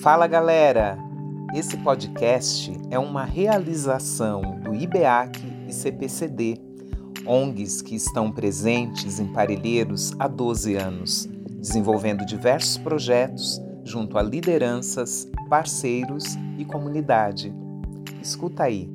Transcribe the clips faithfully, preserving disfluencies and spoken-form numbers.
Fala galera! Esse podcast é uma realização do I B A C e C P C D, O N Gs que estão presentes em Parelheiros há doze anos, desenvolvendo diversos projetos junto a lideranças, parceiros e comunidade. Escuta aí!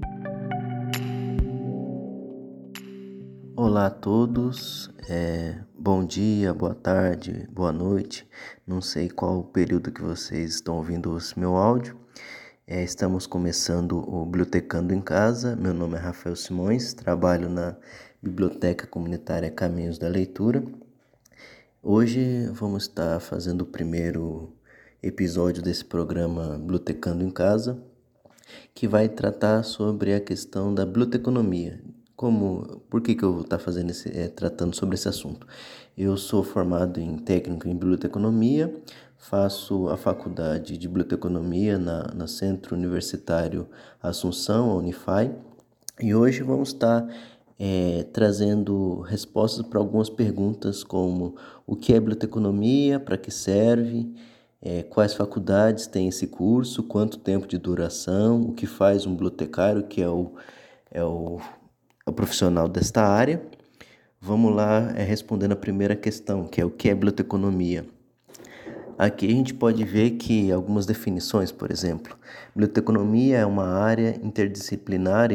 Olá a todos, é, bom dia, boa tarde, boa noite, não sei qual o período que vocês estão ouvindo esse meu áudio. É, estamos começando o Bibliotecando em Casa. Meu nome é Rafael Simões, trabalho na Biblioteca Comunitária Caminhos da Leitura. Hoje vamos estar fazendo o primeiro episódio desse programa Bibliotecando em Casa, que vai tratar sobre a questão da biblioteconomia. Como, por que, que eu vou estar fazendo esse, é, tratando sobre esse assunto? Eu sou formado em técnico em biblioteconomia, faço a faculdade de biblioteconomia na, na Centro Universitário Assunção, a Unify, e hoje vamos estar é, trazendo respostas para algumas perguntas como o que é biblioteconomia, para que serve, é, quais faculdades tem esse curso, quanto tempo de duração, o que faz um bibliotecário, que é o, é o o profissional desta área. Vamos lá é, respondendo a primeira questão, que é o que é biblioteconomia. Aqui a gente pode ver que algumas definições, por exemplo, biblioteconomia é uma área interdisciplinar e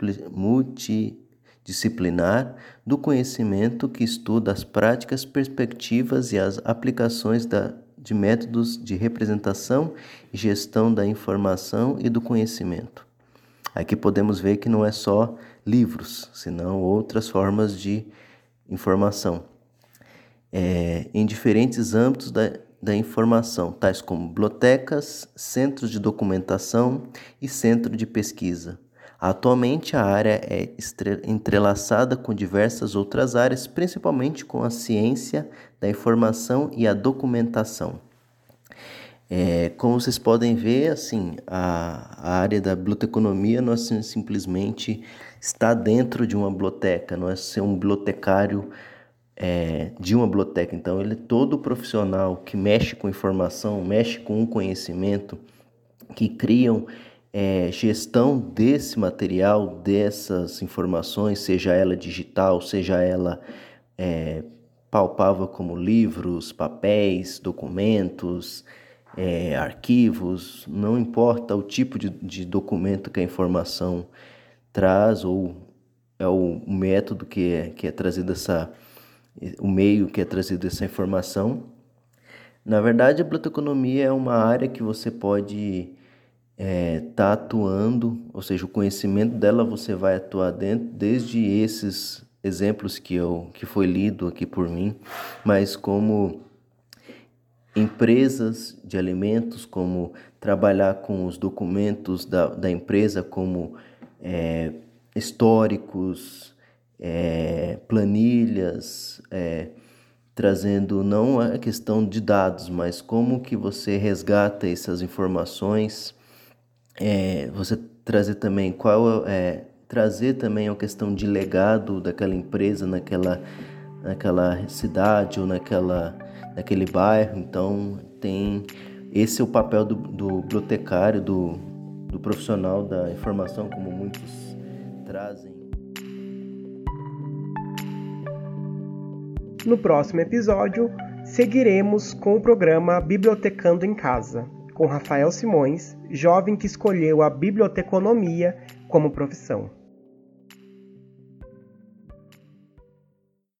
multidisciplinar do conhecimento que estuda as práticas, perspectivas e as aplicações da, de métodos de representação e gestão da informação e do conhecimento. Aqui podemos ver que não é só livros, senão outras formas de informação. É, em diferentes âmbitos da, da informação, tais como bibliotecas, centros de documentação e centro de pesquisa. Atualmente a área é entrelaçada com diversas outras áreas, principalmente com a ciência da informação e a documentação. É, como vocês podem ver, assim, a, a área da biblioteconomia não é simplesmente estar dentro de uma biblioteca, não é ser um bibliotecário é, de uma biblioteca. Então, ele é todo profissional que mexe com informação, mexe com o conhecimento, que criam é, gestão desse material, dessas informações, seja ela digital, seja ela é, palpável como livros, papéis, documentos, É, arquivos, não importa o tipo de, de documento que a informação traz ou é o método que é, que é trazido essa, o meio que é trazido essa informação. Na verdade, a biblioteconomia é uma área que você pode estar é, tá atuando, ou seja, o conhecimento dela você vai atuar dentro, desde esses exemplos que, eu, que foi lido aqui por mim, mas como empresas de alimentos, como trabalhar com os documentos da, da empresa, como é, históricos, é, planilhas, é, trazendo não a questão de dados, mas como que você resgata essas informações, é, você trazer também qual é, trazer também a questão de legado daquela empresa naquela, naquela cidade ou naquela naquele bairro. Então tem esse é o papel do, do bibliotecário, do, do profissional da informação, como muitos trazem. No próximo episódio, seguiremos com o programa Bibliotecando em Casa, com Rafael Simões, jovem que escolheu a biblioteconomia como profissão.